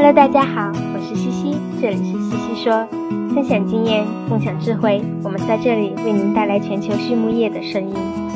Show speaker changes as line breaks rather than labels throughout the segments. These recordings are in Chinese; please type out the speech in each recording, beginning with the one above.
Hello， 大家好，我是西西，这里是西西说，分享经验，共享智慧，我们在这里为您带来全球畜牧业的声音。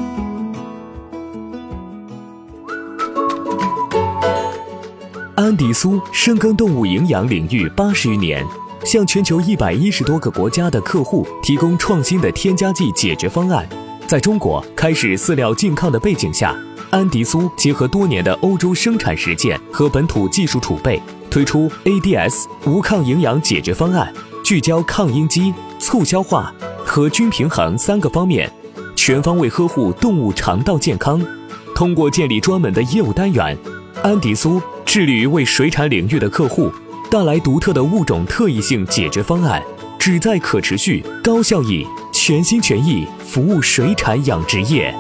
安迪苏深耕动物营养领域80余年，向全球110多个国家的客户提供创新的添加剂解决方案。在中国开始饲料禁抗的背景下，安迪苏结合多年的欧洲生产实践和本土技术储备，推出 ADS 无抗营养解决方案，聚焦抗应激、促消化和均平衡3个方面，全方位呵护动物肠道健康。通过建立专门的业务单元，安迪苏致力于为水产领域的客户带来独特的物种特异性解决方案，旨在可持续、高效益、全心全意服务水产养殖业。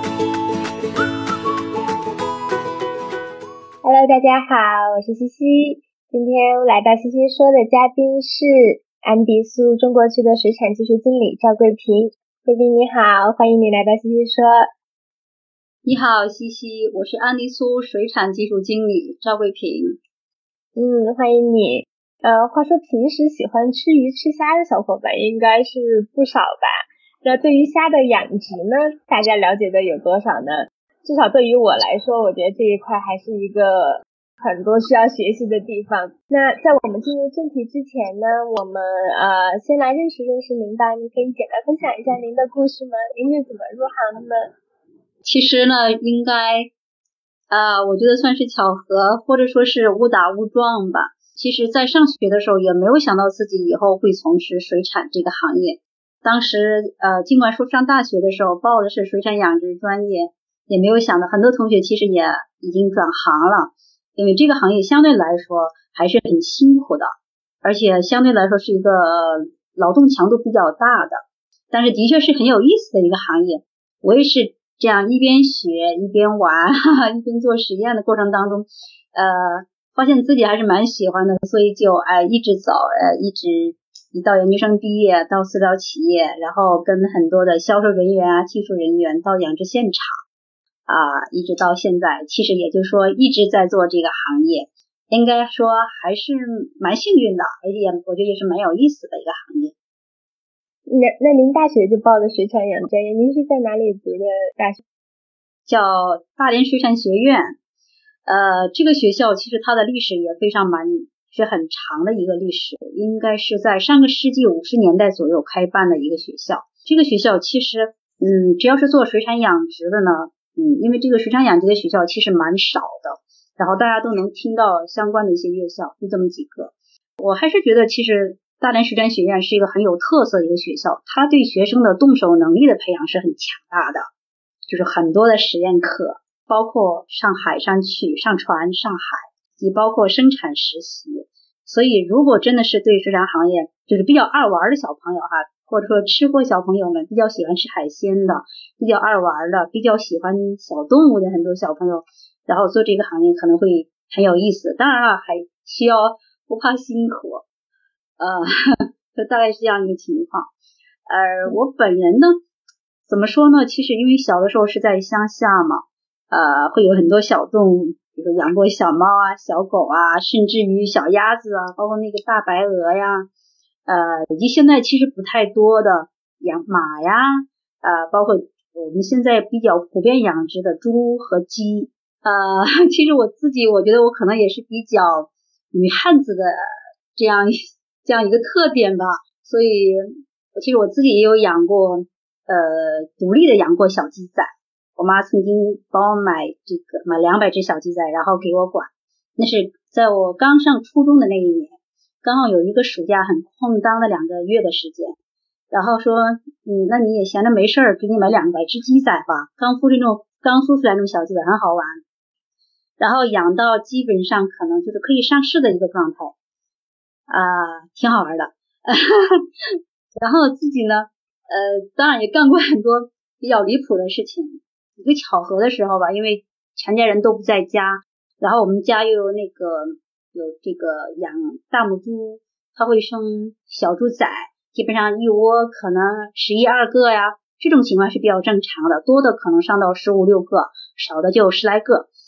Hello， 大家好，我是西西。今天来到西西说的嘉宾是安迪苏中国区的水产技术经理赵桂平。桂平你好，欢迎你来到西西说。
你好，西西，我是安迪苏水产技术经理赵桂平。
欢迎你。话说平时喜欢吃鱼吃虾的小伙伴应该是不少吧？那对于虾的养殖呢，大家了解的有多少呢？至少对于我来说，我觉得这一块还是一个很多需要学习的地方。那在我们进入正题之前呢，我们先来认识认识您吧。您可以简单分享一下您的故事吗？您是怎么入行的呢？
其实呢，应该我觉得算是巧合，或者说是误打误撞吧。其实在上学的时候也没有想到自己以后会从事水产这个行业。当时尽管说上大学的时候报的是水产养殖专业，也没有想到很多同学其实也已经转行了，因为这个行业相对来说还是很辛苦的，而且相对来说是一个劳动强度比较大的，但是的确是很有意思的一个行业。我也是这样一边学一边玩一边做实验的过程当中发现自己还是蛮喜欢的，所以就一直走一到研究生毕业，到饲料企业，然后跟很多的销售人员技术人员到养殖现场一直到现在，其实也就是说一直在做这个行业，应该说还是蛮幸运的，而且我觉得也是蛮有意思的一个行业。
那您大学就报的水产养殖专业，您是在哪里读的大学？
叫大连水产学院。这个学校其实它的历史也非常是很长的一个历史，应该是在上个世纪50年代左右开办的一个学校。这个学校其实只要是做水产养殖的呢，因为这个水产养殖的学校其实蛮少的，然后大家都能听到相关的一些院校，就这么几个。我还是觉得其实大连水产学院是一个很有特色的一个学校，它对学生的动手能力的培养是很强大的，就是很多的实验课，包括上海上去上船上海，也包括生产实习。所以如果真的是对水产行业就是比较爱玩的小朋友或者说吃货小朋友们，比较喜欢吃海鲜的，比较爱玩的，比较喜欢小动物的很多小朋友，然后做这个行业可能会很有意思。当然了，还需要不怕辛苦，就大概是这样一个情况。我本人呢，怎么说呢？其实因为小的时候是在乡下嘛，会有很多小动物，比如养过小猫小狗甚至于小鸭子包括那个大白鹅以及现在其实不太多的养马包括我们现在比较普遍养殖的猪和鸡。其实我觉得我可能也是比较女汉子的这样一个特点吧，所以其实我自己也有养过独立的养过小鸡仔。我妈曾经帮我买200只小鸡仔，然后给我管。那是在我刚上初中的那一年，刚好有一个暑假很空当的2个月的时间，然后说那你也闲着没事给你买200只鸡仔吧，刚孵出来那种小鸡仔很好玩，然后养到基本上可能就是可以上市的一个状态挺好玩的然后自己呢当然也干过很多比较离谱的事情。一个巧合的时候吧，因为全家人都不在家，然后我们家又有这个养大母猪，它会生小猪仔，基本上一窝可能11、12个这种情况是比较正常的，多的可能上到15、16个，少的就10来个。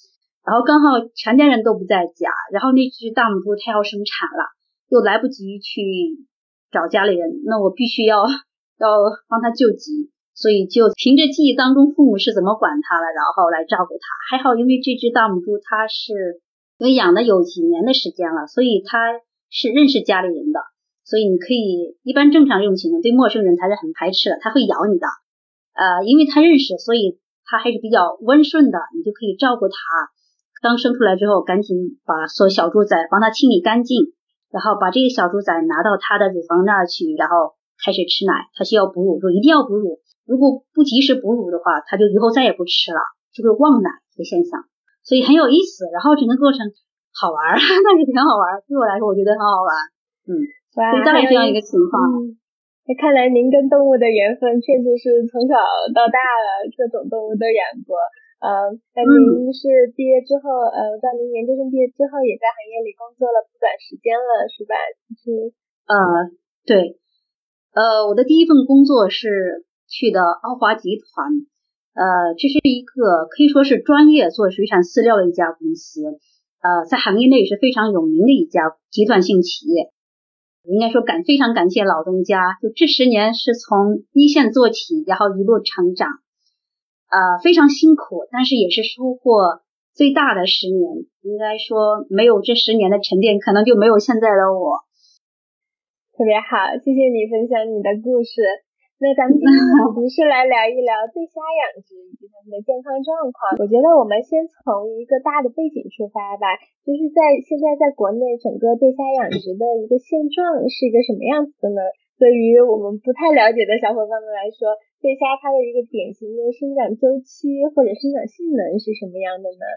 然后刚好全家人都不在家，然后那只大母猪它要生产了，又来不及去找家里人，那我必须要帮它救急，所以就凭着记忆当中父母是怎么管它了，然后来照顾它。还好因为这只大母猪它是因为养的有几年的时间了，所以它是认识家里人的，所以你可以一般正常这种情况对陌生人它是很排斥的，它会咬你的，因为它认识，所以它还是比较温顺的，你就可以照顾它。刚生出来之后赶紧把所有小猪仔帮它清理干净，然后把这个小猪仔拿到它的乳房那儿去，然后开始吃奶。它需要哺乳，一定要哺乳，如果不及时哺乳的话，它就以后再也不吃了，就会忘奶的现象，所以很有意思。然后整个过程好玩，那是挺好玩，对我来说我觉得很好玩。所以大概这样一个情况。
看来您跟动物的缘分确实是从小到大了，各种动物都养过。那您是毕业之后，到您研究生毕业之后也在行业里工作了不短时间了，是吧？
对，我的第一份工作是去的奥华集团，这是一个可以说是专业做水产饲料的一家公司，在行业内是非常有名的一家集团性企业。应该说非常感谢老东家，就这10年是从一线做起，然后一路成长，非常辛苦，但是也是收获最大的10年。应该说没有这10年的沉淀，可能就没有现在的我。
特别好，谢谢你分享你的故事。那咱们今天的主题是来聊一聊对虾养殖以及它们的健康状况。我觉得我们先从一个大的背景出发吧，就是现在在国内整个对虾养殖的一个现状是一个什么样子的呢？对于我们不太了解的小伙伴们来说，对虾它的一个典型的生长周期或者生长性能是什么样的呢？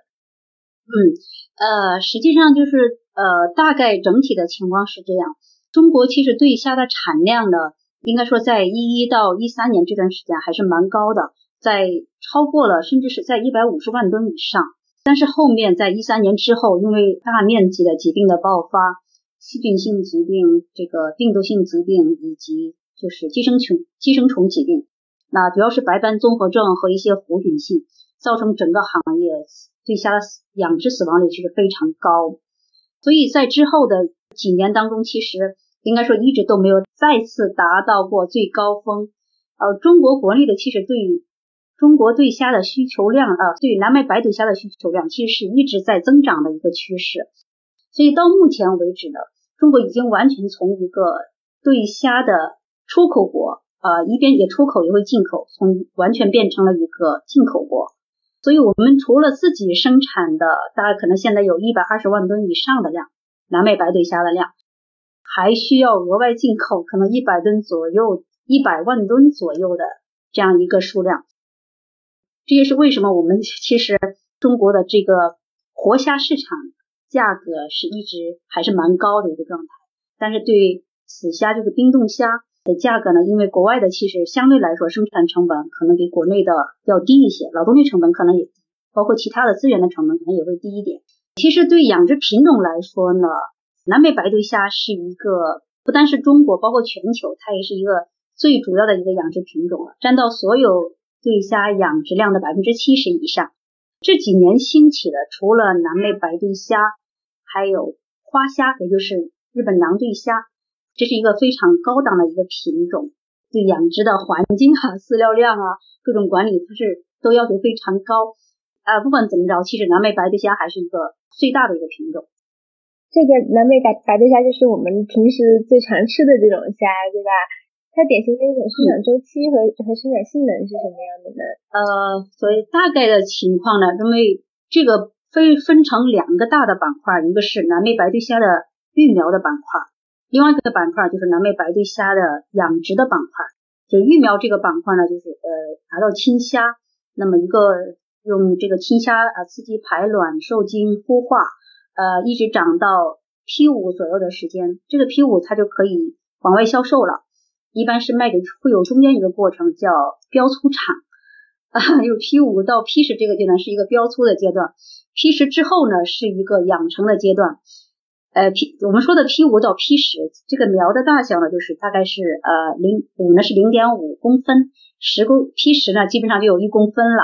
实际上就是大概整体的情况是这样。中国其实对虾的产量呢，应该说在11到13年这段时间还是蛮高的，在超过了甚至是在150万吨以上。但是后面在13年之后，因为大面积的疾病的爆发，细菌性疾病、这个病毒性疾病以及就是寄生虫疾病，那主要是白斑综合症和一些弧菌性，造成整个行业对虾的养殖死亡率其实非常高。所以在之后的几年当中，其实应该说一直都没有再次达到过最高峰。中国国内的其实对于中国对虾的需求量对于南美白对虾的需求量其实是一直在增长的一个趋势。所以到目前为止呢，中国已经完全从一个对虾的出口国一边也出口也会进口，从完全变成了一个进口国。所以我们除了自己生产的大概可能现在有120万吨以上的量，南美白对虾的量，还需要额外进口可能100吨左右100万吨左右的这样一个数量。这也是为什么我们其实中国的这个活虾市场价格是一直还是蛮高的一个状态，但是对死虾就是冰冻虾的价格呢，因为国外的其实相对来说生产成本可能比国内的要低一些，劳动力成本可能也低，包括其他的资源的成本可能也会低一点。其实对养殖品种来说呢，南美白对虾是一个不单是中国包括全球，它也是一个最主要的一个养殖品种了，占到所有对虾养殖量的70%以上。这几年兴起的除了南美白对虾，还有花虾，也就是日本囊对虾，这是一个非常高档的一个品种，对养殖的环境饲料量各种管理它是都要求非常高。不管怎么着，其实南美白对虾还是一个最大的一个品种。
这个南美白对虾就是我们平时最常吃的这种虾，对吧？它典型的一种生长周期和生长性能是什么样的呢？
所以大概的情况呢，因为这个分成2个大的板块，一个是南美白对虾的育苗的板块，另外一个板块就是南美白对虾的养殖的板块。就育苗这个板块呢，就是拿到青虾，那么一个用这个青虾刺激排卵受精孵化，一直长到 P5 左右的时间，这个 P5 它就可以往外销售了，一般是卖给会有中间一个过程叫标粗厂有 P5 到 P10 这个阶段是一个标粗的阶段， P10 之后呢是一个养成的阶段。我们说的 P5 到 P10 这个苗的大小呢，就是大概是5呢是 0.5 公分，P10 呢基本上就有1公分了，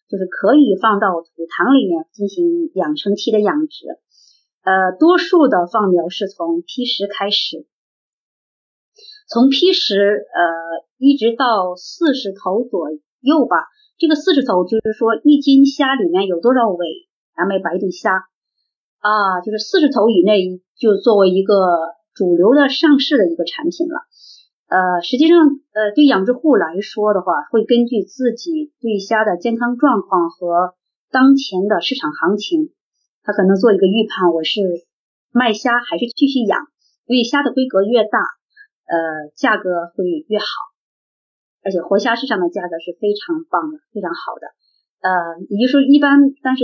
就是可以放到土塘里面进行养成期的养殖。多数的放苗是从批实开始，从批实一直到40头左右吧。这个40头就是说一斤虾里面有多少尾蓝莓白对虾啊，就是40头以内就作为一个主流的上市的一个产品了。实际上对养殖户来说的话，会根据自己对虾的健康状况和当前的市场行情，他可能做一个预判，我是卖虾还是继续养，因为虾的规格越大价格会越好，而且活虾市场的价格是非常棒的，非常好的。也就是说一般，但是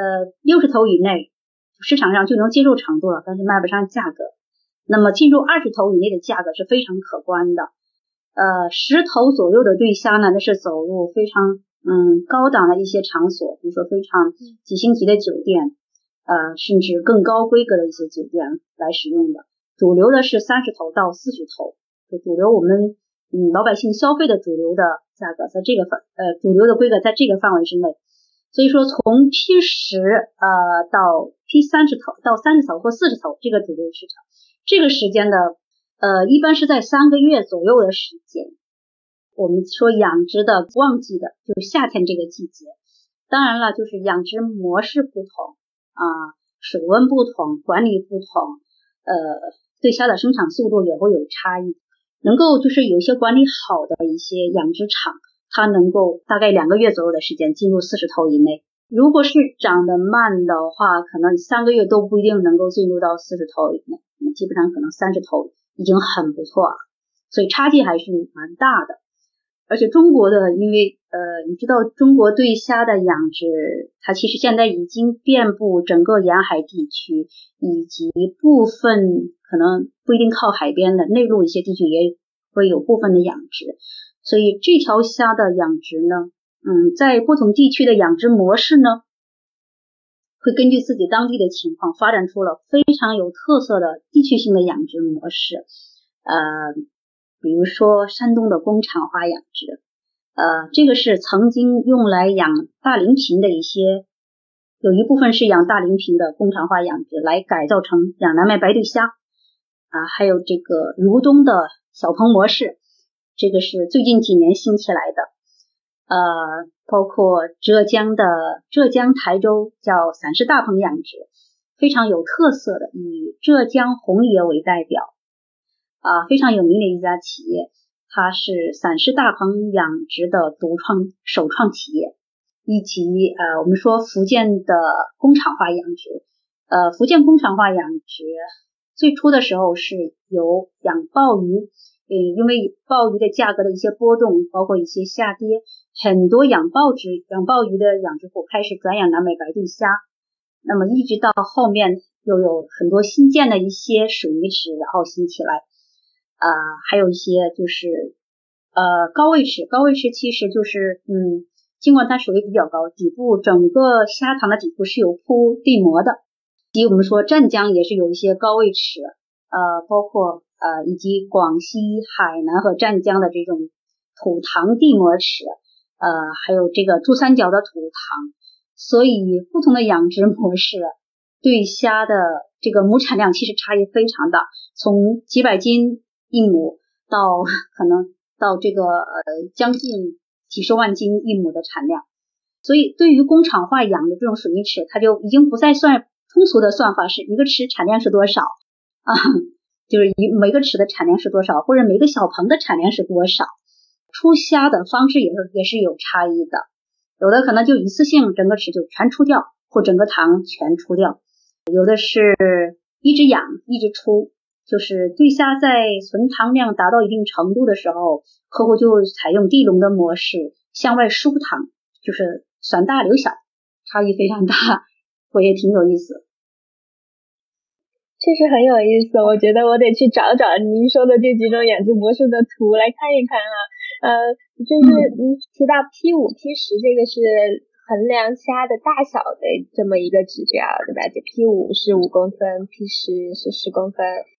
60头以内市场上就能接受程度了，但是卖不上价格。那么进入20头以内的价格是非常可观的。10头左右的对虾呢，那是走入非常高档的一些场所，比如说非常几星级的酒店，甚至更高规格的一些酒店来使用的。主流的是30头到40头，就主流我们老百姓消费的主流的价格在这个主流的规格在这个范围之内。所以说从批10到批30头到30头或40头这个主流市场，这个时间的一般是在3个月左右的时间。我们说养殖的旺季的就是夏天这个季节。当然了，就是养殖模式不同水温不同，管理不同，对虾的生产速度也会有差异。能够就是有些管理好的一些养殖场，它能够大概2个月左右的时间进入40头以内。如果是长得慢的话，可能3个月都不一定能够进入到40头以内，基本上可能30头已经很不错了，所以差距还是蛮大的。而且中国的，因为你知道中国对虾的养殖，它其实现在已经遍布整个沿海地区，以及部分可能不一定靠海边的内陆一些地区也会有部分的养殖。所以这条虾的养殖呢，在不同地区的养殖模式呢，会根据自己当地的情况发展出了非常有特色的地区性的养殖模式。比如说山东的工厂化养殖，这个是曾经用来养大鳞屏的有一部分是养大鳞屏的工厂化养殖，来改造成养蓝莓白对虾还有这个如东的小棚模式，这个是最近几年兴起来的。包括浙江台州叫散式大棚养殖，非常有特色的，以浙江红椰为代表非常有名的一家企业，它是散式大棚养殖的首创企业。以及我们说福建的工厂化养殖，福建工厂化养殖最初的时候是由养鲍鱼，因为鲍鱼的价格的一些波动，包括一些下跌，很多养鲍鱼的养殖户开始转养蓝莓白对虾。那么一直到后面又有很多新建的一些水泥池，然后兴起来。还有一些就是高位池其实就是尽管它水位比较高，底部整个虾塘的底部是有铺地膜的。以及我们说湛江也是有一些高位池，包括以及广西、海南和湛江的这种土塘地膜池，还有这个珠三角的土塘。所以不同的养殖模式对虾的这个亩产量其实差异非常大，从几百斤一亩到可能到这个将近几十万斤一亩的产量。所以对于工厂化养的这种水泥池，它就已经不再算通俗的算法是一个池产量是多少就是每个池的产量是多少，或者每个小棚的产量是多少。出虾的方式也是有差异的，有的可能就一次性整个池就全出掉，或整个塘全出掉，有的是一直养一直出。就是对虾在存塘量达到一定程度的时候，客户就采用地笼的模式向外输塘，就是算大留小，差异非常大，我也挺有意思。
确实很有意思，我觉得我得去找找您说的这几种养殖模式的图来看一看就是您提到P5 P10这个是衡量虾的大小的这么一个指标，对吧？这P5是5公分，P10是10公分。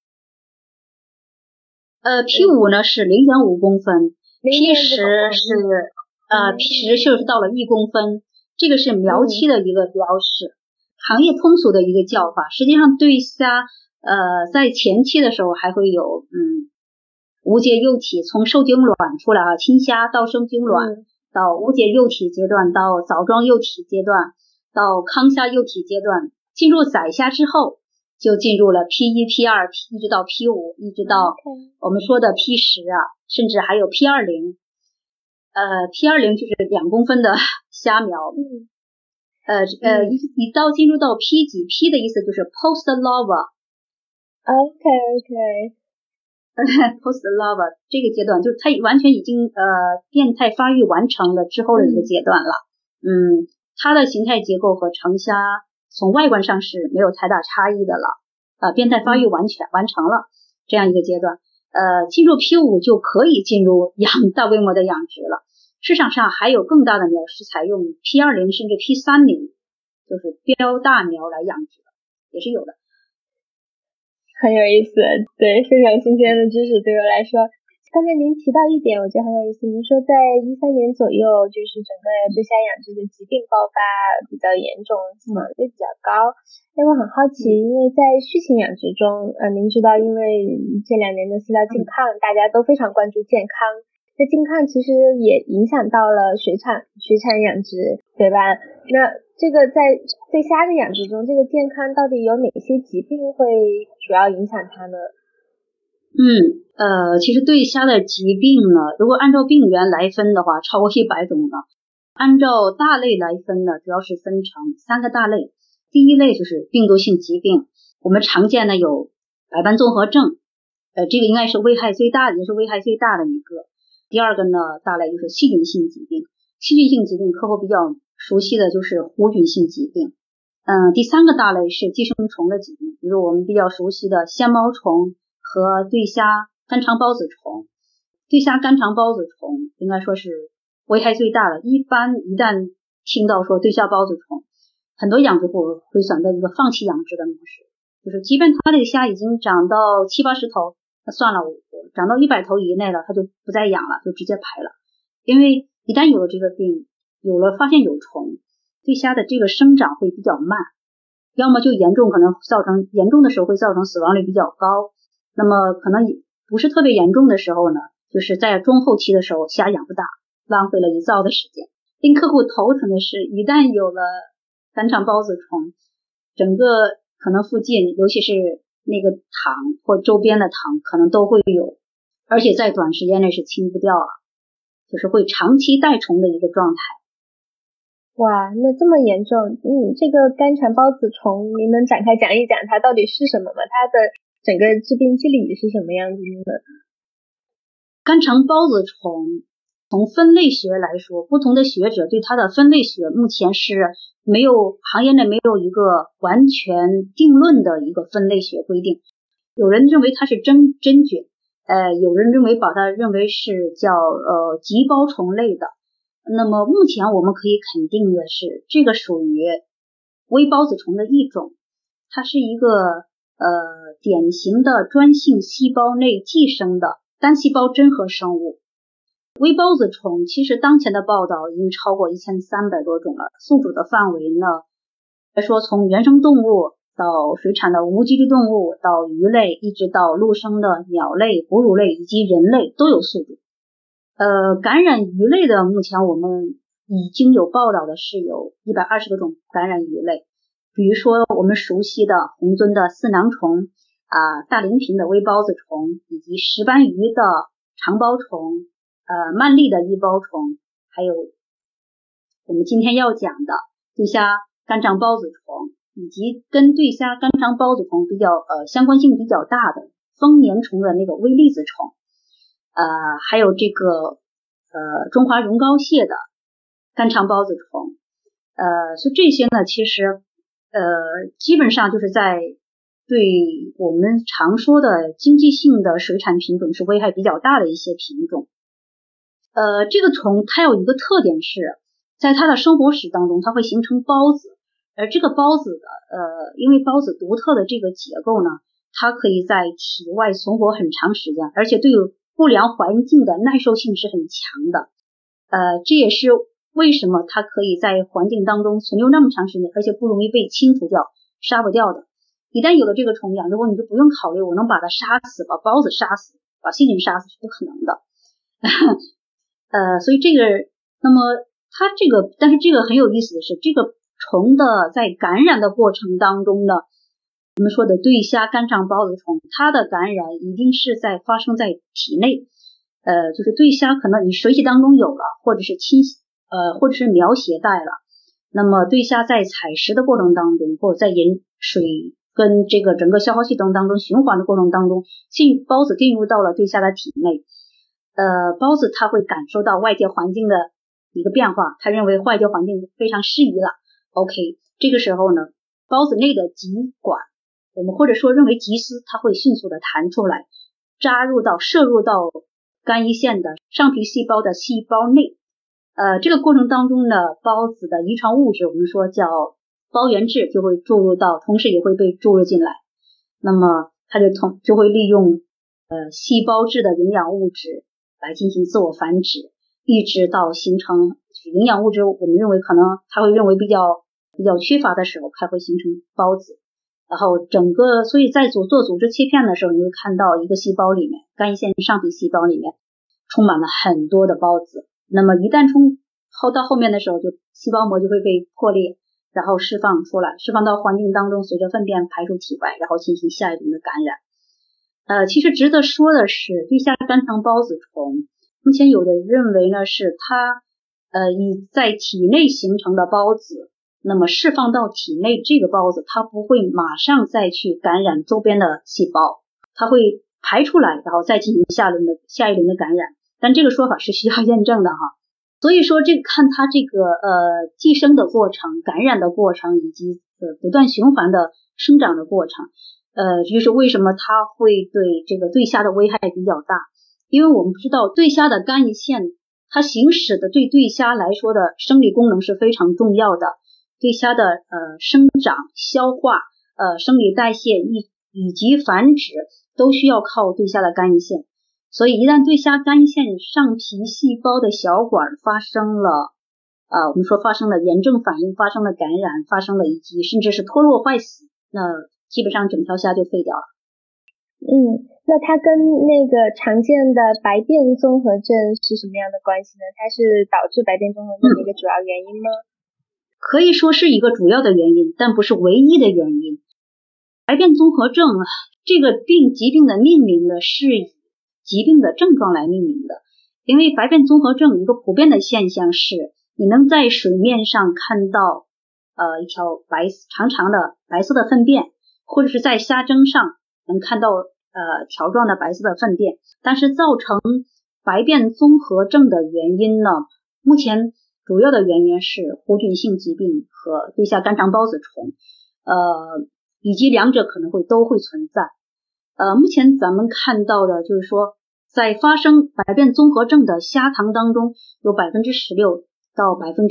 P5 呢是 0.5 公分，P10 是P10就是到了1公分， 这个是苗期的一个标识，行业通俗的一个叫法。实际上对虾在前期的时候还会有无节幼体，从受精卵出来啊，青虾到受精卵，到无节幼体阶段，到藻状幼体阶段，到康虾幼体阶段，进入宰虾之后就进入了 P1 P2 一直到 P5 一直到我们说的 P10 啊，甚至还有 P20 P20 就是2公分的虾苗，一到进入到 P 几 P 的意思就是 post larva post larva 这个阶段就是它完全已经变态发育完成了之后的一个阶段了。它的形态结构和成虾从外观上是没有太大差异的了，变态发育完成了这样一个阶段。进入 P5 就可以进入大规模的养殖了。市场上还有更大的苗是采用 P20 甚至 P30， 就是标大苗来养殖的，也是有的。
很有意思，对，非常新鲜的知识对我来说。刚才您提到一点，我觉得很有意思。您说在13年左右，就是整个对虾养殖的疾病爆发比较严重，死亡率比较高。我很好奇，因为在畜禽养殖中，您知道，因为这2年的饲料禁抗，大家都非常关注健康。那禁抗其实也影响到了水产养殖，对吧？那这个在对虾的养殖中，这个健康到底有哪些疾病会主要影响它呢？
其实对虾的疾病呢，如果按照病源来分的话，超过100种了。按照大类来分呢，主要是分成3个大类。第一类就是病毒性疾病，我们常见的有白斑综合症，这个应该是危害最大的，也是危害最大的一个。第二个呢，大类就是细菌性疾病。细菌性疾病客户比较熟悉的就是弧菌性疾病。第3个大类是寄生虫的疾病，比如我们比较熟悉的纤毛虫和对虾肝肠孢子虫。对虾肝肠孢子虫应该说是危害最大的。一旦听到说对虾孢子虫，很多养殖户会选择一个放弃养殖的模式，就是即便它这个虾已经长到70-80头，那算了，我长到100头以内了，它就不再养了，就直接排了。因为一旦有了这个病，发现有虫，对虾的这个生长会比较慢，要么就严重，可能严重的时候会造成死亡率比较高。那么可能不是特别严重的时候呢，就是在中后期的时候虾养不大，浪费了一造的时间。令客户头疼的是，一旦有了肝肠孢子虫，整个可能附近尤其是那个塘或周边的塘可能都会有，而且在短时间内是清不掉了，就是会长期带虫的一个状态。
哇，那这么严重。这个肝肠孢子虫您能展开讲一讲它到底是什么吗？它的整个致病机理是什么样子的？
肝肠孢子虫从分类学来说，不同的学者对它的分类学目前是行业内没有一个完全定论的一个分类学规定。有人认为它是真菌，有人把它认为是叫棘孢虫类的。那么目前我们可以肯定的是，这个属于微孢子虫的一种，它是一个典型的专性细胞内寄生的单细胞真核生物。微孢子虫其实当前的报道已经超过1300多种了，宿主的范围呢，来说从原生动物到水产的无脊椎动物，到鱼类，一直到陆生的鸟类、哺乳类以及人类都有宿主。感染鱼类的目前我们已经有报道的是有120多种感染鱼类，比如说我们熟悉的红鳟的四囊虫大鳞瓶的微孢子虫，以及石斑鱼的长孢虫，鳗鲡的异孢虫，还有我们今天要讲的对虾肝肠孢子虫，以及跟对虾肝肠孢子虫比较相关性比较大的丰年虫的那个微粒子虫，还有这个中华绒膏蟹的肝肠孢子虫，所以这些呢其实基本上就是在对我们常说的经济性的水产品种是危害比较大的一些品种。这个虫它有一个特点是，在它的生活史当中它会形成孢子，而这个孢子的因为孢子独特的这个结构呢，它可以在体外存活很长时间，而且对不良环境的耐受性是很强的。这也是为什么它可以在环境当中存留那么长时间，而且不容易被清除掉、杀不掉的。一旦有了这个虫养之后，你就不用考虑我能把它杀死，把孢子杀死，把细菌杀死，是不可能的。所以这个，那么它这个，但是这个很有意思的是，这个虫的在感染的过程当中呢，我们说的对虾肝肠孢子虫，它的感染一定是发生在体内，就是对虾可能你水体当中有了，或者是或者是苗携带了，那么对虾在采食的过程当中，或者在饮水跟这个整个消化系统当中循环的过程当中，孢子进入到了对虾的体内，孢子它会感受到外界环境的一个变化，它认为外界环境非常适宜了 ，OK， 这个时候呢，孢子内的极管，我们或者说认为极丝，它会迅速的弹出来，摄入到肝胰腺的上皮细胞的细胞内，这个过程当中呢，孢子的遗传物质，我们说叫孢原质，就会注入到，同时也会被注入进来，那么它就会利用细胞质的营养物质来进行自我繁殖，一直到形成营养物质，我们认为可能它会认为比较缺乏的时候，它会形成孢子。然后所以在做组织切片的时候，你会看到一个细胞里面，肝胰腺上皮细胞里面充满了很多的孢子。那么一旦到后面的时候，就细胞膜就会被破裂，然后释放到环境当中，随着粪便排出体外，然后进行下一轮的感染。其实值得说的是，对虾肝肠孢子虫，目前有的认为呢是它在体内形成的孢子，那么释放到体内，这个孢子它不会马上再去感染周边的细胞，它会排出来，然后再进行下一轮的感染，但这个说法是需要验证的哈。所以说看它这个寄生的过程、感染的过程以及不断循环的生长的过程，就是为什么它会对这个对虾的危害比较大，因为我们知道对虾的肝胰腺它行使的对虾来说的生理功能是非常重要的，对虾的生长、消化、生理代谢以及繁殖都需要靠对虾的肝胰腺。所以一旦对虾肝胰腺上皮细胞的小管发生了我们说发生了炎症反应，发生了感染，发生了以及甚至是脱落坏死，那基本上整条虾就废掉了。
那它跟那个常见的白变综合症是什么样的关系呢？它是导致白变综合症的一个主要原因吗？
可以说是一个主要的原因，但不是唯一的原因。白变综合症这个疾病的命名呢，是以疾病的症状来命名的。因为白变综合症一个普遍的现象是，你能在水面上看到一条长长的白色的粪便，或者是在虾胗上能看到条状的白色的粪便，但是造成白变综合症的原因呢，目前主要的原因是弧菌性疾病和对虾肝肠孢子虫，以及两者可能都会存在。目前咱们看到的就是说，在发生白变综合症的虾塘当中，有 16% 到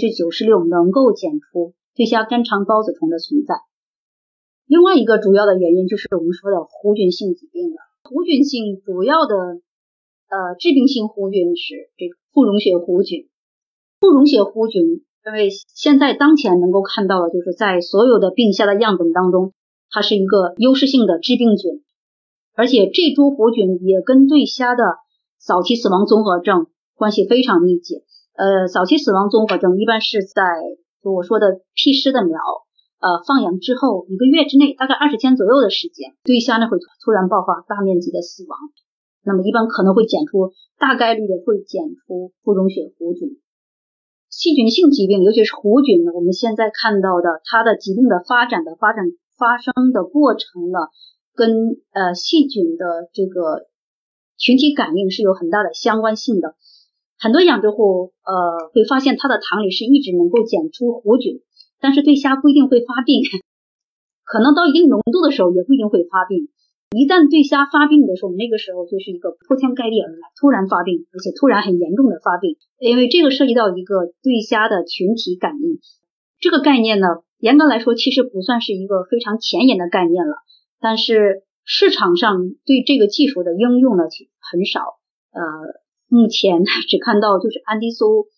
96% 能够检出对虾肝肠孢子虫的存在。另外一个主要的原因就是我们说的弧菌性疾病了。弧菌性主要的致病性弧菌是这个腹溶血弧菌。腹溶血弧菌，因为现在当前能够看到的就是在所有的病虾的样本当中，它是一个优势性的致病菌，而且这株弧菌也跟对虾的早期死亡综合症关系非常密切。早期死亡综合症一般是在我说的屁虱的苗放养之后1个月之内，大概20天左右的时间，对虾呢会突然爆发大面积的死亡，那么一般可能会大概率的会检出腹溶血弧菌。细菌性疾病，尤其是弧菌呢，我们现在看到的它的疾病的发生的过程呢，跟细菌的这个群体感应是有很大的相关性的。很多养殖户会发现它的塘里是一直能够检出弧菌，但是对虾不一定会发病，可能到一定浓度的时候也不一定会发病。一旦对虾发病的时候，那个时候就是一个铺天盖地而来，突然发病，而且突然很严重的发病，因为这个涉及到一个对虾的群体感应。这个概念呢，严格来说其实不算是一个非常前沿的概念了，但是市场上对这个技术的应用呢很少。目前只看到就是安迪苏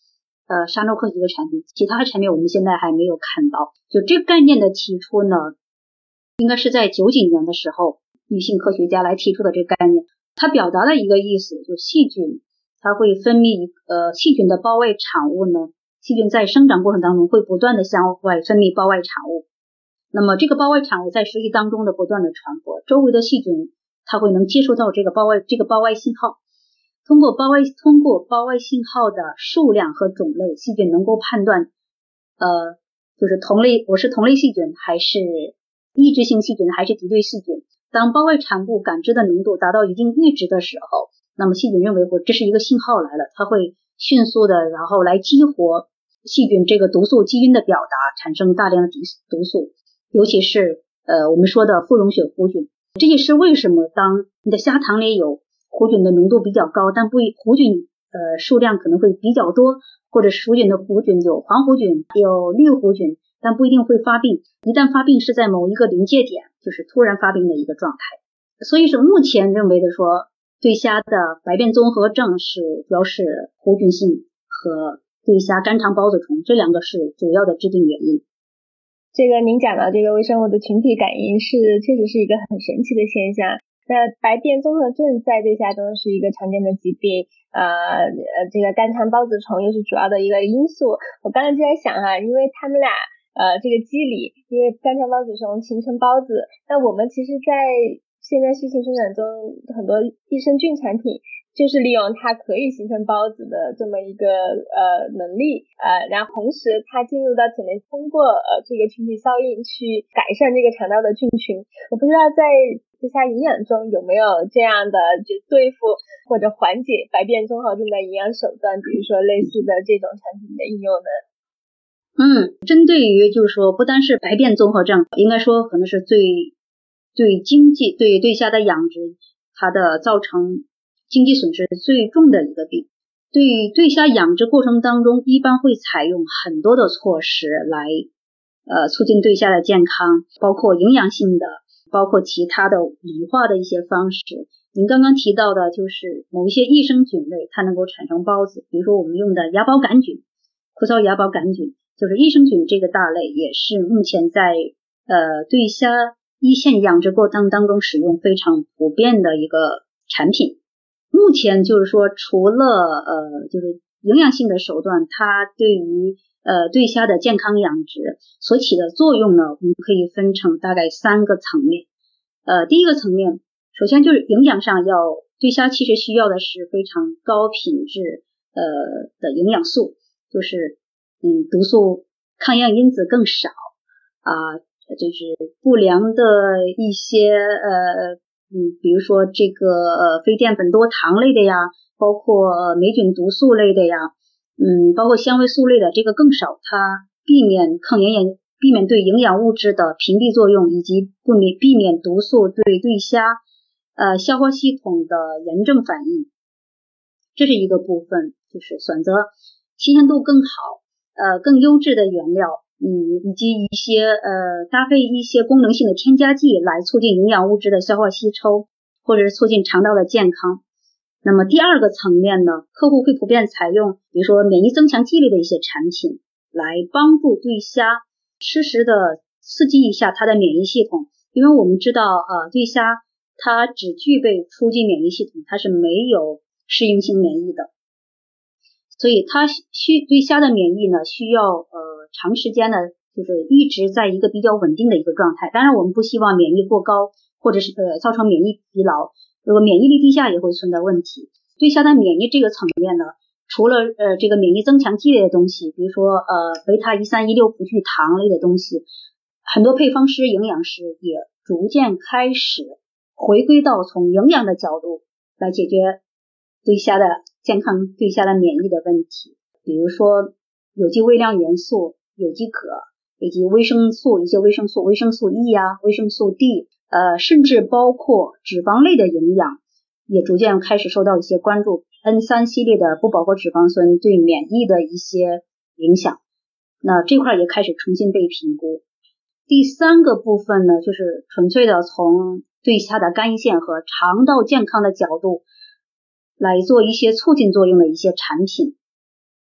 沙诺克一个产品，其他的产品我们现在还没有看到。就这个概念的提出呢，应该是在90几年的时候，女性科学家来提出的这个概念。它表达的一个意思，就细菌它会分泌细菌的胞外产物呢，细菌在生长过程当中会不断的向外分泌胞外产物，那么这个胞外产物在实际当中的不断的传播，周围的细菌它会能接收到这个胞外信号，通过胞外信号的数量和种类，细菌能够判断就是我是同类细菌还是抑制性细菌还是敌对细菌。当胞外产物感知的浓度达到一定阈值的时候，那么细菌认为这是一个信号来了，它会迅速的然后来激活细菌这个毒素基因的表达，产生大量的毒素，尤其是我们说的副溶血弧菌。这也是为什么当你的虾糖里有弧菌的浓度比较高，但弧菌数量可能会比较多，或者属菌的弧菌有黄弧菌有绿弧菌，但不一定会发病，一旦发病是在某一个临界点，就是突然发病的一个状态。所以说目前认为的说，对虾的白变综合症是主要是弧菌性和对虾肝肠孢子虫这两个是主要的致病原因。
这个您讲到这个微生物的群体感应确实是一个很神奇的现象。那白变综合症在对虾中是一个常见的疾病，这个肝肠孢子虫又是主要的一个因素。我刚才就在想因为他们俩这个机理，因为肝肠孢子虫形成孢子，那我们其实在现在畜禽生产中很多益生菌产品就是利用它可以形成孢子的这么一个能力，然后同时它进入到体内，通过这个群体效应去改善这个肠道的菌群。我不知道在对虾营养中有没有这样的就对付或者缓解白变综合症的营养手段，比如说类似的这种产品的应用呢？
针对于就是说不单是白变综合症，应该说可能是对经济对虾的养殖它的造成经济损失最重的一个病。对虾养殖过程当中一般会采用很多的措施来促进对虾的健康，包括营养性的，包括其他的理化的一些方式。您刚刚提到的就是某一些益生菌类它能够产生孢子，比如说我们用的芽孢杆菌、枯草芽孢杆菌，就是益生菌这个大类也是目前在对虾一线养殖过程当中使用非常普遍的一个产品。目前就是说除了就是营养性的手段，它对于对虾的健康养殖所起的作用呢，我们可以分成大概3个层面。第一个层面，首先就是营养上对虾其实需要的是非常高品质的营养素，就是毒素抗氧因子更少就是不良的一些比如说这个非淀粉多糖类的呀，包括霉菌毒素类的呀，包括香味素类的，这个更少，它避免对营养物质的屏蔽作用，以及避免毒素对虾消化系统的炎症反应。这是一个部分，就是选择新鲜度更好更优质的原料，以及一些搭配一些功能性的添加剂来促进营养物质的消化吸收，或者是促进肠道的健康。那么第二个层面呢，客户会普遍采用比如说免疫增强剂类的一些产品，来帮助对虾适时的刺激一下它的免疫系统。因为我们知道对虾它只具备初级免疫系统，它是没有适应性免疫的，所以它对虾的免疫呢需要长时间的就是一直在一个比较稳定的一个状态。当然我们不希望免疫过高，或者是造成免疫疲劳，如果免疫力低下也会存在问题。对虾的免疫这个层面呢，除了这个免疫增强剂类的东西，比如说贝塔1316葡聚糖类的东西，很多配方师营养师也逐渐开始回归到从营养的角度来解决对虾的健康、对虾的免疫的问题。比如说有机微量元素、有机可，以及维生素，E 呀、维生素 D， 甚至包括脂肪类的营养也逐渐开始受到一些关注。N3 系列的不饱和脂肪酸对免疫的一些影响，那这块也开始重新被评估。第3个部分呢，就是纯粹的从对虾的肝胰腺和肠道健康的角度来做一些促进作用的一些产品。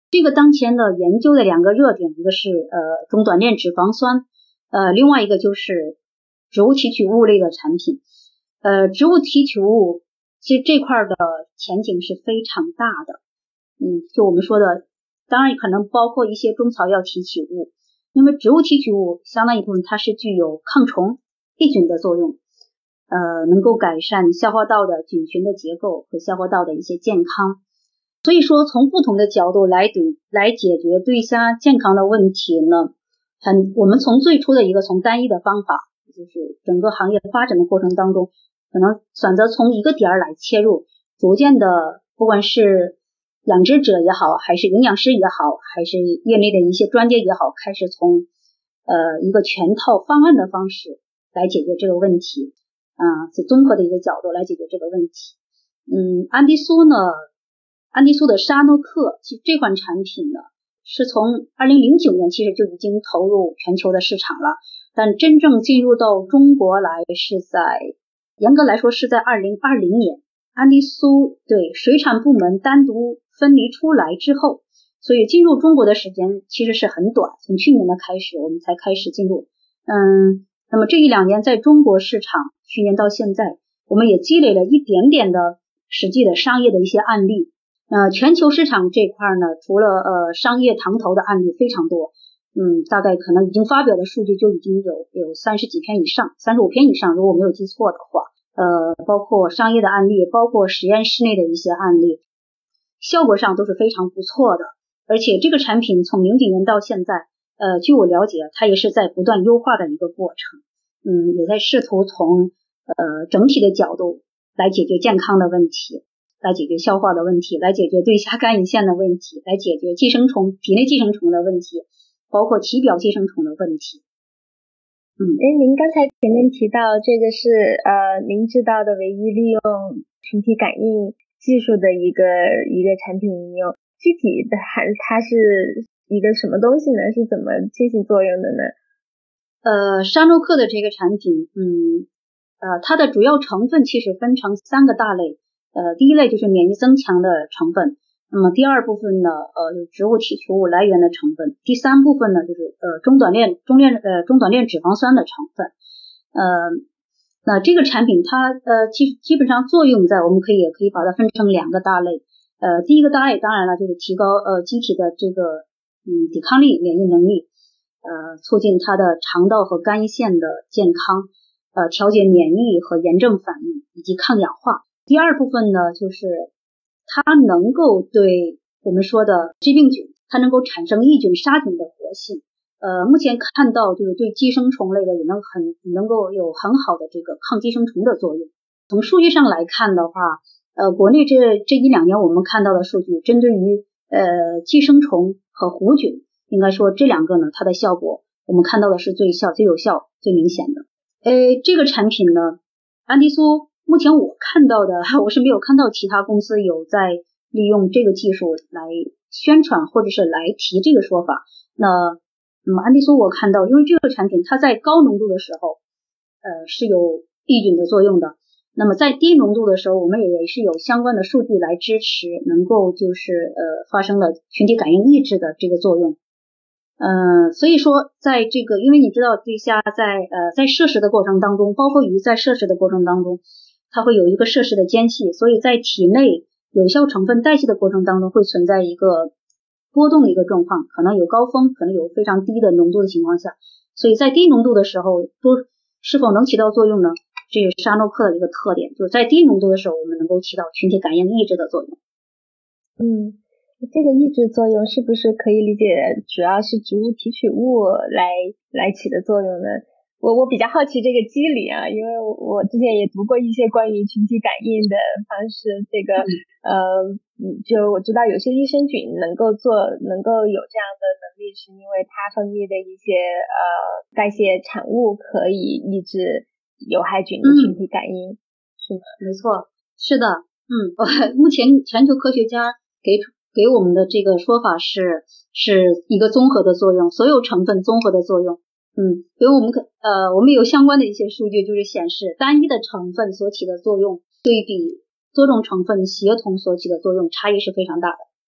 这个当前的研究的2个热点，一个是中短链脂肪酸，另外一个就是植物提取物类的产品。植物提取物其实这块的前景是非常大的。就我们说的，当然可能包括一些中草药提取物。那么植物提取物相当一部分它是具有抗虫、抑菌的作用，能够改善消化道的菌群的结构和消化道的一些健康。所以说从不同的角度来解决对虾健康的问题呢，我们从最初的一个从单一的方法，就是整个行业发展的过程当中，可能选择从一个点来切入，逐渐的不管是养殖者也好，还是营养师也好，还是业内的一些专家也好，开始从一个全套方案的方式来解决这个问题，是综合的一个角度来解决这个问题。安迪苏的沙诺克，其实这款产品呢是从2009年其实就已经投入全球的市场了，但真正进入到中国来是在严格来说是在2020年，安迪苏对水产部门单独分离出来之后，所以进入中国的时间其实是很短，从去年的开始我们才开始进入。那么这1-2年在中国市场，去年到现在我们也积累了一点点的实际的商业的一些案例。全球市场这块呢，除了商业唐头的案例非常多，大概可能已经发表的数据就已经有30几篇以上，35篇以上，如果没有记错的话。包括商业的案例，包括实验室内的一些案例，效果上都是非常不错的。而且这个产品从0几年到现在，据我了解，它也是在不断优化的一个过程，也在试图从整体的角度来解决健康的问题，来解决消化的问题，来解决对虾肝胰腺的问题，来解决寄生虫、体内寄生虫的问题，包括体表寄生虫的问题。
您刚才前面提到这个是您知道的唯一利用群体感应技术的一个产品应用，具体的它是一个什么东西呢？是怎么进行作用的呢？
沙诺克的这个产品，它的主要成分其实分成3个大类。第一类就是免疫增强的成分，那么第2部分呢，植物提取物来源的成分，第3部分呢就是中短链脂肪酸的成分。那这个产品它基本上作用在我们可以把它分成2个大类。第一个大类当然了就是提高机体的这个抵抗力、免疫能力，促进它的肠道和肝胰腺的健康，调节免疫和炎症反应以及抗氧化。第2部分呢，就是它能够对我们说的致病菌，它能够产生抑菌杀菌的活性。目前看到就是对寄生虫类的也能够有很好的这个抗寄生虫的作用。从数据上来看的话，国内这1-2年我们看到的数据，针对于寄生虫和弧菌，应该说这2个呢，它的效果我们看到的是最有效、最明显的。这个产品呢，安迪苏目前我看到的，我是没有看到其他公司有在利用这个技术来宣传或者是来提这个说法。那么安迪苏我看到，因为这个产品它在高浓度的时候是有抑菌的作用的，那么在低浓度的时候我们也是有相关的数据来支持，能够就是发生了群体感应抑制的这个作用。所以说在这个，因为你知道对虾在摄食的过程当中，包括鱼在摄食的过程当中，它会有一个摄食的间隙，所以在体内有效成分代谢的过程当中会存在一个波动的一个状况，可能有高峰，可能有非常低的浓度的情况下，所以在低浓度的时候是否能起到作用呢？这是沙诺克的一个特点，就是在低浓度的时候我们能够起到群体感应抑制的作用。
这个抑制作用是不是可以理解主要是植物提取物来起的作用呢？我比较好奇这个机理啊，因为我之前也读过一些关于群体感应的方式，这个就我知道有些益生菌能够有这样的能力，是因为它分泌的一些代谢产物可以抑制有害菌的群体感应，是吗？
没错，是的。目前全球科学家给我们的这个说法是一个综合的作用，所有成分综合的作用。比如我们有相关的一些数据，就是显示单一的成分所起的作用对比多种成分协同所起的作用差异是非常大的。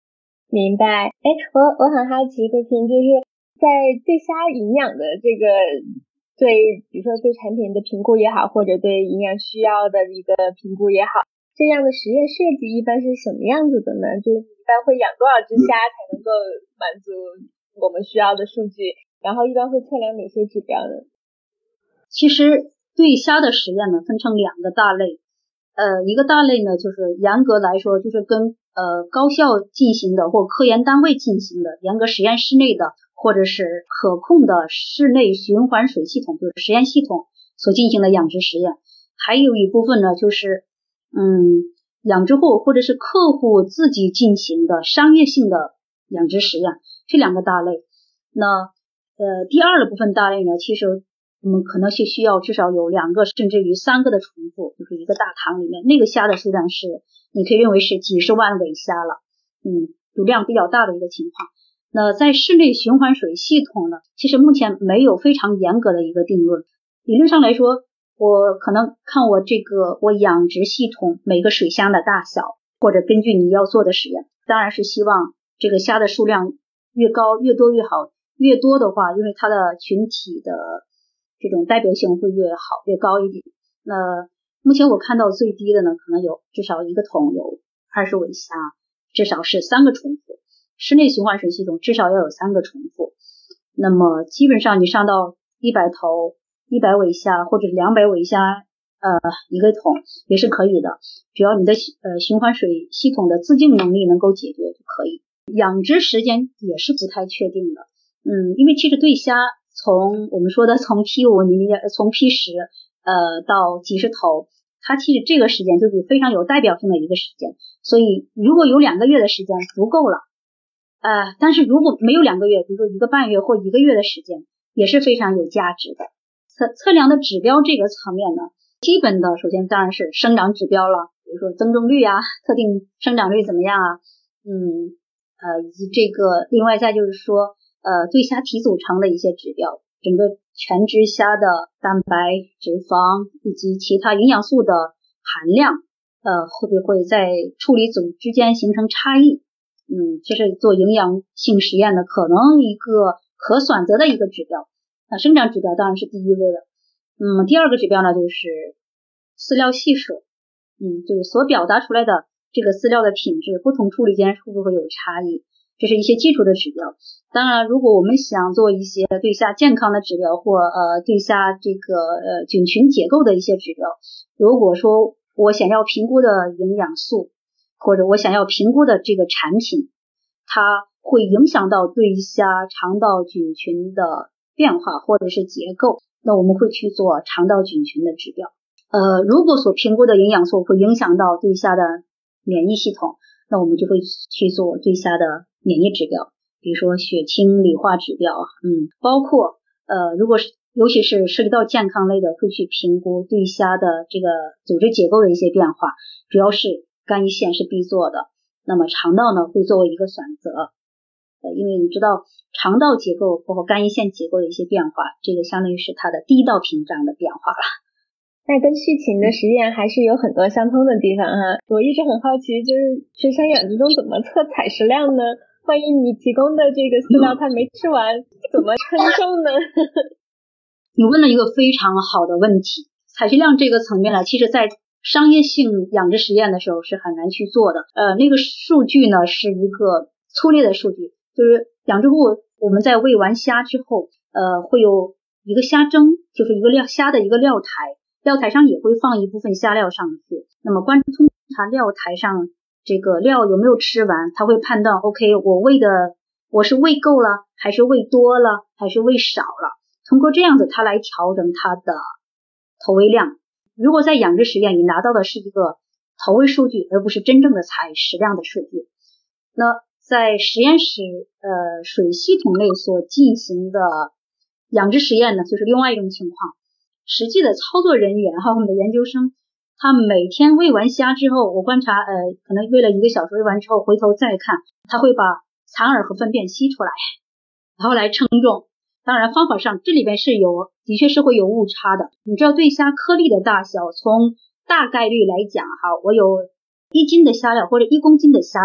明白。我很好奇的听，就是在对虾营养的这个对，比如说对产品的评估也好，或者对营养需要的一个评估也好，这样的实验设计一般是什么样子的呢？就是你一般会养多少只虾才能够满足我们需要的数据，然后一般会测量哪些指标呢？
其实对虾的实验呢分成2个大类，一个大类呢就是严格来说就是跟高校进行的或科研单位进行的严格实验室内的或者是可控的室内循环水系统，就是实验系统所进行的养殖实验。还有一部分呢就是养殖户或者是客户自己进行的商业性的养殖实验，这2个大类。那第2个部分大类呢，其实我们可能是需要至少有2个甚至于3个的重复，就是一个大塘里面那个虾的数量是你可以认为是几十万尾虾了，有量比较大的一个情况。那在室内循环水系统呢，其实目前没有非常严格的一个定论。理论上来说，我可能看我养殖系统每个水箱的大小，或者根据你要做的实验，当然是希望这个虾的数量越高越多越好，越多的话因为它的群体的这种代表性会越好越高一点。那目前我看到最低的呢，可能有至少一个桶有20尾虾，至少是3个重复，室内循环水系统至少要有3个重复。那么基本上你上到100头100尾虾或者200尾虾一个桶也是可以的，只要你的循环水系统的自净能力能够解决就可以。养殖时间也是不太确定的，因为其实对虾从我们说的从P5从 P10到几十头，它其实这个时间就是非常有代表性的一个时间，所以如果有2个月的时间足够了，但是如果没有2个月，比如说1个半月或1个月的时间也是非常有价值的。测量的指标这个层面呢，基本的首先当然是生长指标了，比如说增重率啊，特定生长率怎么样啊，以及这个另外再就是说对虾体组成的一些指标，整个全只虾的蛋白、脂肪以及其他营养素的含量会不会在处理组之间形成差异，这是做营养性实验的可能一个可选择的一个指标。那生长指标当然是第一位的，第2个指标呢就是饲料系数，就是所表达出来的这个饲料的品质不同处理间会不会有差异，这是一些基础的指标。当然如果我们想做一些对虾健康的指标或对虾这个菌群结构的一些指标，如果说我想要评估的营养素或者我想要评估的这个产品它会影响到对虾肠道菌群的变化或者是结构，那我们会去做肠道菌群的指标。如果所评估的营养素会影响到对虾的免疫系统，那我们就会去做对虾的免疫指标，比如说血清理化指标，包括如果是尤其是涉及到健康类的，会去评估对虾的这个组织结构的一些变化，主要是肝胰腺是必做的，那么肠道呢会作为一个选择。因为你知道肠道结构包括肝胰腺结构的一些变化，这个相当于是它的第一道屏障的变化了。
那跟畜禽的实验还是有很多相通的地方哈。我一直很好奇，就是水产养殖中怎么测采食量呢？万一你提供的这个饲料它没吃完，怎么称重呢？
你问了一个非常好的问题。采食量这个层面呢，其实在商业性养殖实验的时候是很难去做的。那个数据呢是一个粗略的数据，就是养殖户我们在喂完虾之后会有一个虾蒸，就是一个虾的一个料台，料台上也会放一部分虾料上去，那么观察料台上这个料有没有吃完，他会判断 OK 我是喂够了还是喂多了还是喂少了，通过这样子他来调整它的投喂量。如果在养殖实验你拿到的是一个投喂数据而不是真正的采食量的数据，那在实验室水系统内所进行的养殖实验呢，就是另外一种情况。实际的操作人员我们的研究生，他每天喂完虾之后，我观察可能喂了1个小时，喂完之后回头再看，他会把残饵和粪便吸出来，然后来称重。当然方法上这里边是的确是会有误差的。你知道对虾颗粒的大小，从大概率来讲我有1斤的虾料或者1公斤的虾料，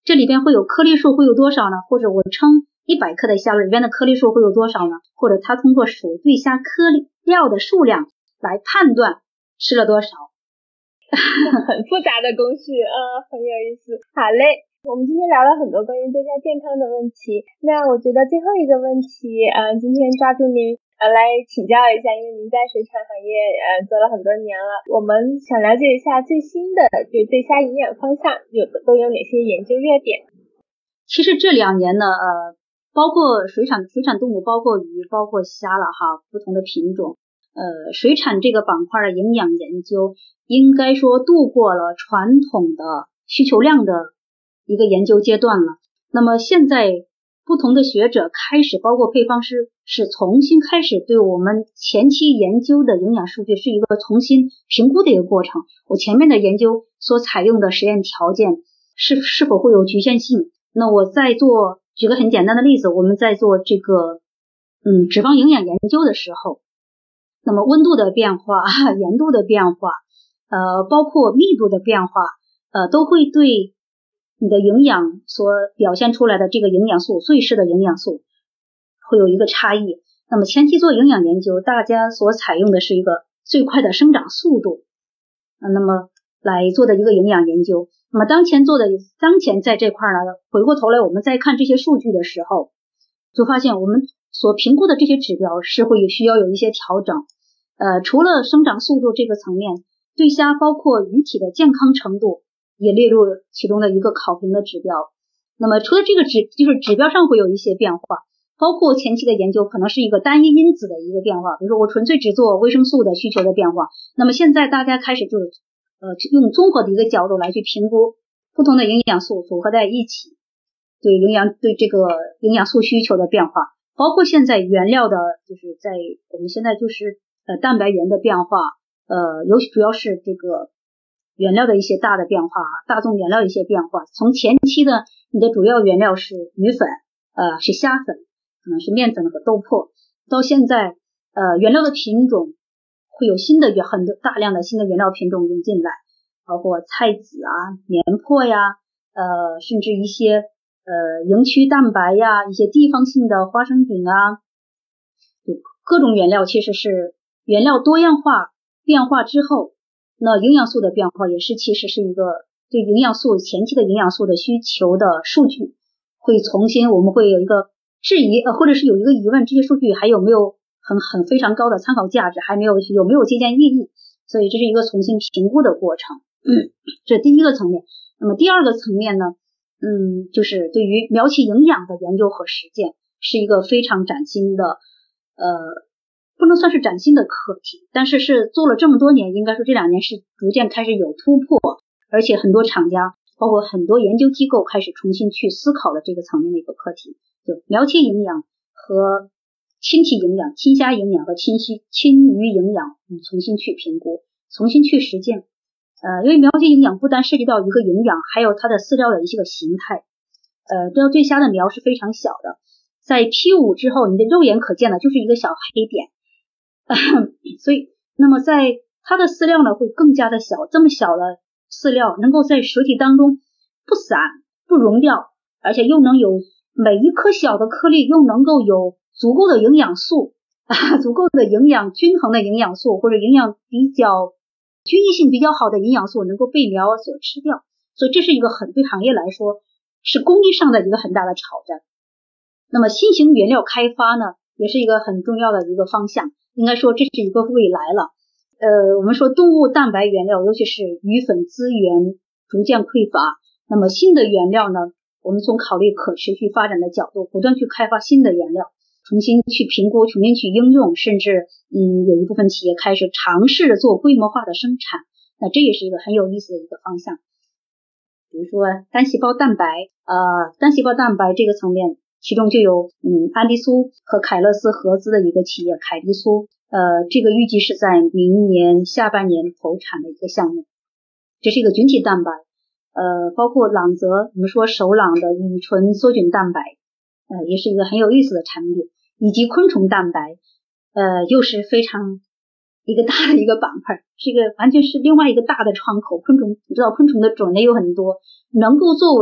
这里边会有颗粒数会有多少呢？或者我称100克的虾里边的颗粒数会有多少呢？或者他通过数对虾颗粒料的数量来判断吃了多少。
很复杂的公式，很有意思。好嘞，我们今天聊了很多关于对虾健康的问题，那我觉得最后一个问题，今天抓住您来请教一下，因为您在水产行业做了很多年了，我们想了解一下最新的就对虾营养方向都有哪些研究热点。
其实这2年呢，包括水产动物，包括鱼，包括虾了哈，不同的品种，水产这个板块的营养研究应该说度过了传统的需求量的一个研究阶段了。那么现在不同的学者开始，包括配方师，是重新开始对我们前期研究的营养数据是一个重新评估的一个过程。我前面的研究所采用的实验条件是否会有局限性？那我再举个很简单的例子，我们在做这个脂肪营养研究的时候，那么温度的变化、盐度的变化，包括密度的变化，都会对你的营养所表现出来的这个营养素，最适的营养素会有一个差异。那么前期做营养研究，大家所采用的是一个最快的生长速度，那么来做的一个营养研究。那么当前在这块呢，回过头来我们再看这些数据的时候，就发现我们所评估的这些指标是需要有一些调整。除了生长速度这个层面，对虾包括鱼体的健康程度也列入其中的一个考评的指标。那么除了这个就是指标上会有一些变化，包括前期的研究可能是一个单一因子的一个变化，比如说我纯粹只做维生素的需求的变化，那么现在大家开始就用综合的一个角度来去评估不同的营养素组合在一起对这个营养素需求的变化，包括现在原料的就是在我们现在就是蛋白源的变化，主要是这个原料的一些大的变化，大宗原料的一些变化。从前期的你的主要原料是鱼粉，是虾粉，可能是面粉和豆粕，到现在原料的品种会有大量的新的原料品种引进来，包括菜籽啊、棉粕呀，甚至一些营区蛋白呀，一些地方性的花生饼啊，各种原料其实是原料多样化变化之后，那营养素的变化也是其实是一个对营养素前期的营养素的需求的数据会重新，我们会有一个质疑，或者是有一个疑问，这些数据还有没有非常高的参考价值，有没有借鉴意义，所以这是一个重新评估的过程。这是第一个层面。那么第二个层面呢，就是对于苗期营养的研究和实践是一个非常崭新的不能算是崭新的课题，但是做了这么多年，应该说这2年是逐渐开始有突破，而且很多厂家包括很多研究机构开始重新去思考了这个层面的一个课题，就苗期营养和亲体营养、亲虾营养和亲鱼营养重新去评估，重新去实践。因为苗期营养不单涉及到一个营养，还有它的饲料的一些个形态。这对虾的苗是非常小的，在 P5 之后，你的肉眼可见的就是一个小黑点。所以那么在它的饲料呢会更加的小，这么小的饲料能够在水体当中不散不溶掉，而且又能有每一颗小的颗粒又能够有足够的营养素，足够的营养均衡的营养素，或者营养比较均一性比较好的营养素能够被苗所吃掉，所以这是一个对行业来说是工艺上的一个很大的挑战。那么新型原料开发呢也是一个很重要的一个方向，应该说这是一个未来了。我们说动物蛋白原料，尤其是鱼粉资源逐渐匮乏，那么新的原料呢，我们从考虑可持续发展的角度，不断去开发新的原料，重新去评估，重新去应用，甚至有一部分企业开始尝试着做规模化的生产，那这也是一个很有意思的一个方向。比如说单细胞蛋白这个层面，其中就有安迪苏和凯勒斯合资的一个企业凯迪苏，这个预计是在明年下半年投产的一个项目。这是一个菌体蛋白，包括朗泽，我们说首朗的乙醇梭菌蛋白，也是一个很有意思的产品，以及昆虫蛋白，又是非常一个大的一个板块，是一个完全是另外一个大的窗口。昆虫，你知道昆虫的种类有很多，能够作为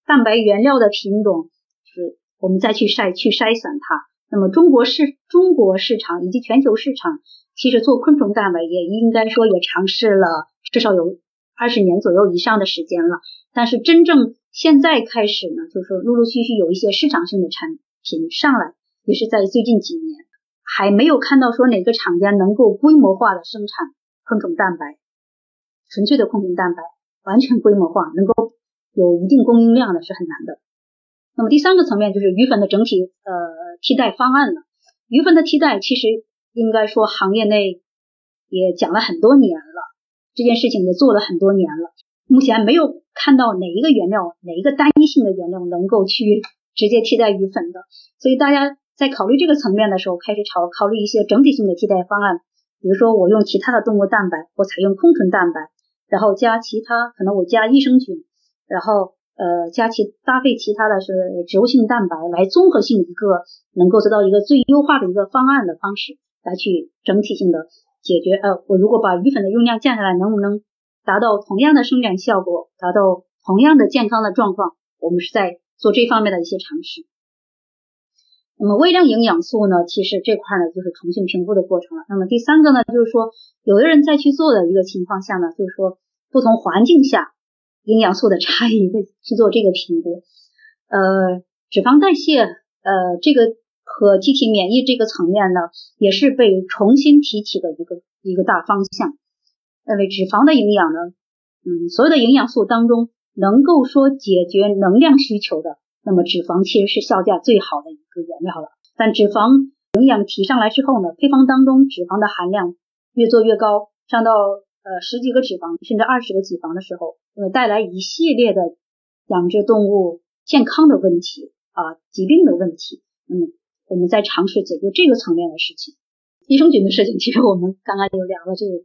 蛋白原料的品种，就是我们再去筛选它。那么中国市场以及全球市场，其实做昆虫蛋白也应该说也尝试了至少有20年左右以上的时间了。但是真正现在开始呢，就是说陆陆续续有一些市场性的产品上来，也是在最近几年，还没有看到说哪个厂家能够规模化的生产昆虫蛋白，纯粹的昆虫蛋白完全规模化，能够有一定供应量的是很难的。那么第三个层面就是鱼粉的整体替代方案了。鱼粉的替代其实应该说行业内也讲了很多年了，这件事情也做了很多年了，目前没有看到哪一个原料，哪一个单一性的原料能够去直接替代鱼粉的。所以大家在考虑这个层面的时候，开始考虑一些整体性的替代方案，比如说我用其他的动物蛋白，我采用昆虫蛋白，然后加其他，可能我加益生菌，然后搭配其他的是植物性蛋白，来综合性一个能够得到一个最优化的一个方案的方式，来去整体性的解决我如果把鱼粉的用量降下来，能不能达到同样的生产效果，达到同样的健康的状况，我们是在做这方面的一些尝试。那么微量营养素呢，其实这块呢就是重新评估的过程了。那么第三个呢，就是说有的人在去做的一个情况下呢，就是说不同环境下营养素的差异会去做这个评估。脂肪代谢这个和机体免疫这个层面呢，也是被重新提起的一个大方向。认为脂肪的营养呢，所有的营养素当中能够说解决能量需求的，那么脂肪其实是效价最好的一个原料了。但脂肪营养提上来之后呢，配方当中脂肪的含量越做越高，上到10几个脂肪甚至20个脂肪的时候，带来一系列的养殖动物健康的问题疾病的问题。我们在尝试解决这个层面的事情。益生菌的事情其实我们刚刚有聊了这个。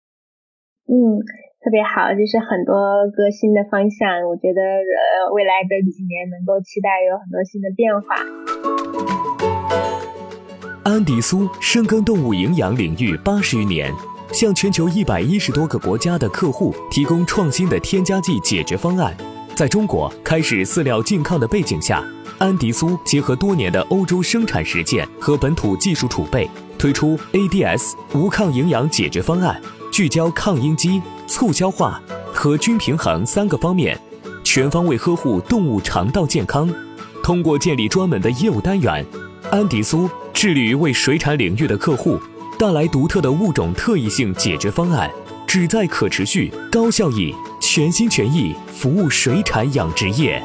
特别好，就是很多个新的方向，我觉得未来的几年能够期待有很多新的变化。
安迪苏深耕动物营养领域80余年，向全球110多个国家的客户提供创新的添加剂解决方案。在中国开始饲料禁抗的背景下，安迪苏结合多年的欧洲生产实践和本土技术储备，推出 ADS 无抗营养解决方案，聚焦抗应激、促消化和均平衡3个方面，全方位呵护动物肠道健康。通过建立专门的业务单元，安迪苏致力于为水产领域的客户带来独特的物种特异性解决方案，旨在可持续、高效益、全心全意服务水产养殖业。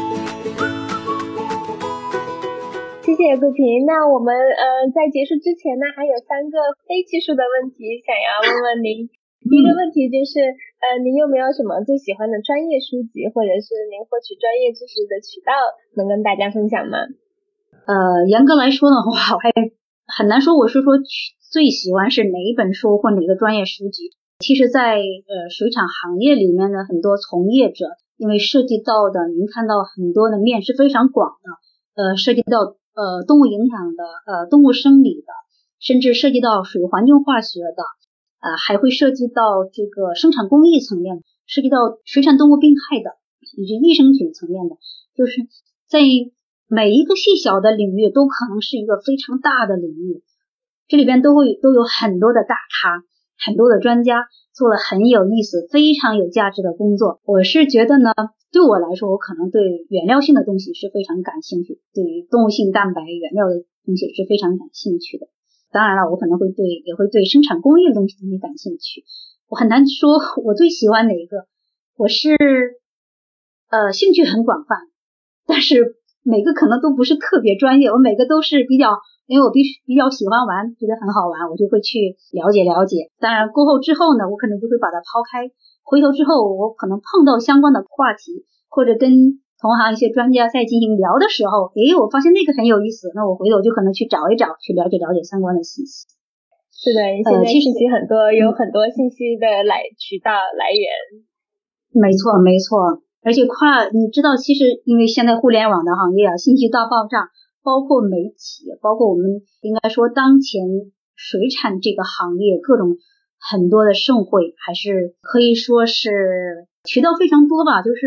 谢谢桂平。那我们在结束之前呢，还有3个非技术的问题想要问问您。第一个问题就是您有没有什么最喜欢的专业书籍，或者是您获取专业知识的渠道，能跟大家分享吗？
严格来说的话，我还很难说我是说最喜欢是哪一本书或哪个专业书籍。其实在水产行业里面的很多从业者，因为涉及到的您看到很多的面是非常广的，涉及到动物营养的动物生理的，甚至涉及到水环境化学的，还会涉及到这个生产工艺层面，涉及到水产动物病害的，以及益生菌层面的，就是在每一个细小的领域都可能是一个非常大的领域，这里边都有很多的大咖，很多的专家做了很有意思非常有价值的工作。我是觉得呢，对我来说我可能对原料性的东西是非常感兴趣，对于动物性蛋白原料的东西是非常感兴趣的。当然了，我可能也会对生产工业的东西感兴趣。我很难说我最喜欢哪一个，我是兴趣很广泛，但是每个可能都不是特别专业，我每个都是因为我比较喜欢玩，觉得很好玩，我就会去了解。当然过后之后呢，我可能就会把它抛开，回头之后我可能碰到相关的话题，或者跟同行一些专家在进行聊的时候，我发现那个很有意思，那我回头就可能去找一找，去了解相关的信息。
是的，现在信息很多，有很多信息的渠道来源。
没错，而且你知道，其实因为现在互联网的行业信息大爆炸，包括媒体，包括我们应该说当前水产这个行业各种很多的盛会，还是可以说是渠道非常多吧，就是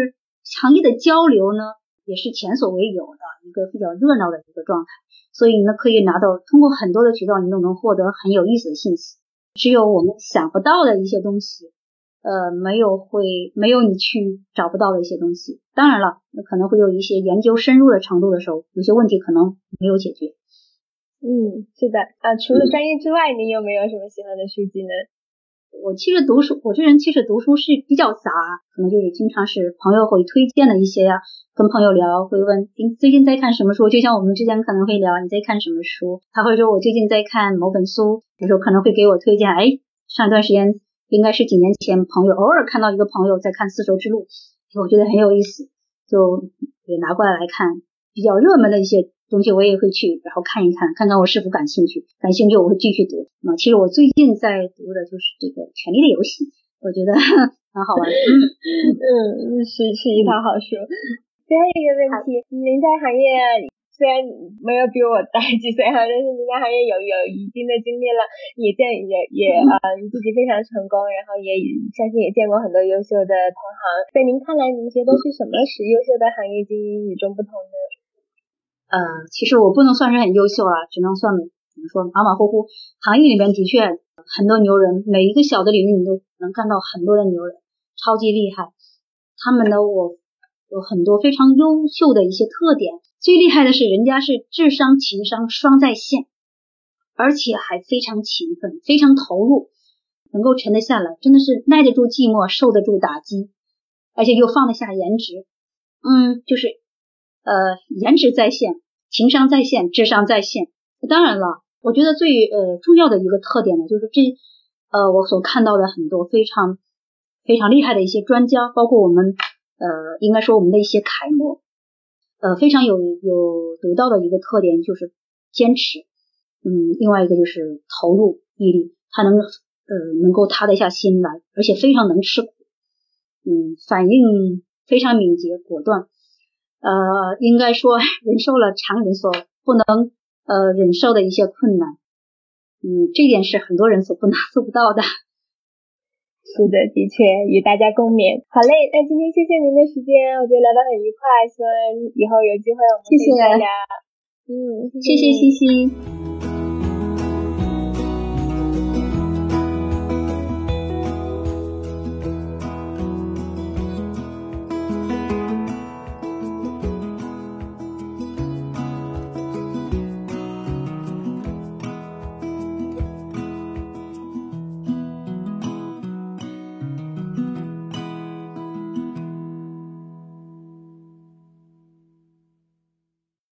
行业的交流呢也是前所未有的一个比较热闹的一个状态，所以呢可以通过很多的渠道你都能获得很有意思的信息。只有我们想不到的一些东西，没有你去找不到的一些东西。当然了，可能会有一些研究深入的程度的时候，有些问题可能没有解决。
是的除了专业之外，你有没有什么喜欢的书籍呢？
我这人其实读书是比较杂，可能就是经常是朋友会推荐的一些呀，跟朋友聊会问你最近在看什么书，就像我们之前可能会聊你在看什么书，他会说我最近在看某本书，有时候可能会给我推荐，上一段时间应该是几年前朋友偶尔看到一个朋友在看丝绸之路，我觉得很有意思，就也拿过来看，比较热门的一些东西我也会去然后看一看，看看我是否感兴趣我会继续读。其实我最近在读的就是这个权力的游戏，我觉得很好玩。
是一套好书。最后一个问题，您在行业虽然没有比我大几岁但是您在行业有一定的经历了，也自己非常成功，然后也相信也见过很多优秀的同行。在您看来，您觉得是什么使优秀的行业精英与众不同呢？
其实我不能算是很优秀了，只能算怎么说马马虎虎。行业里面的确很多牛人，每一个小的领域你都能看到很多的牛人，超级厉害。他们呢，我有很多非常优秀的一些特点。最厉害的是人家是智商情商双在线，而且还非常勤奋，非常投入，能够沉得下来，真的是耐得住寂寞，受得住打击，而且又放得下颜值。就是颜值在线，情商在线，智商在线。当然了，我觉得最重要的一个特点呢，就是我所看到的很多非常非常厉害的一些专家，包括我们应该说我们的一些楷模，非常有独到的一个特点就是坚持，另外一个就是投入毅力，他能够踏得下心来，而且非常能吃苦，反应非常敏捷果断，应该说忍受了常人所不能忍受的一些困难，这一点是很多人做不到的。
是的，的确与大家共勉。好嘞，那今天谢谢您的时间，我觉得聊得很愉快，希望以后有机会我们可以再聊。
谢谢。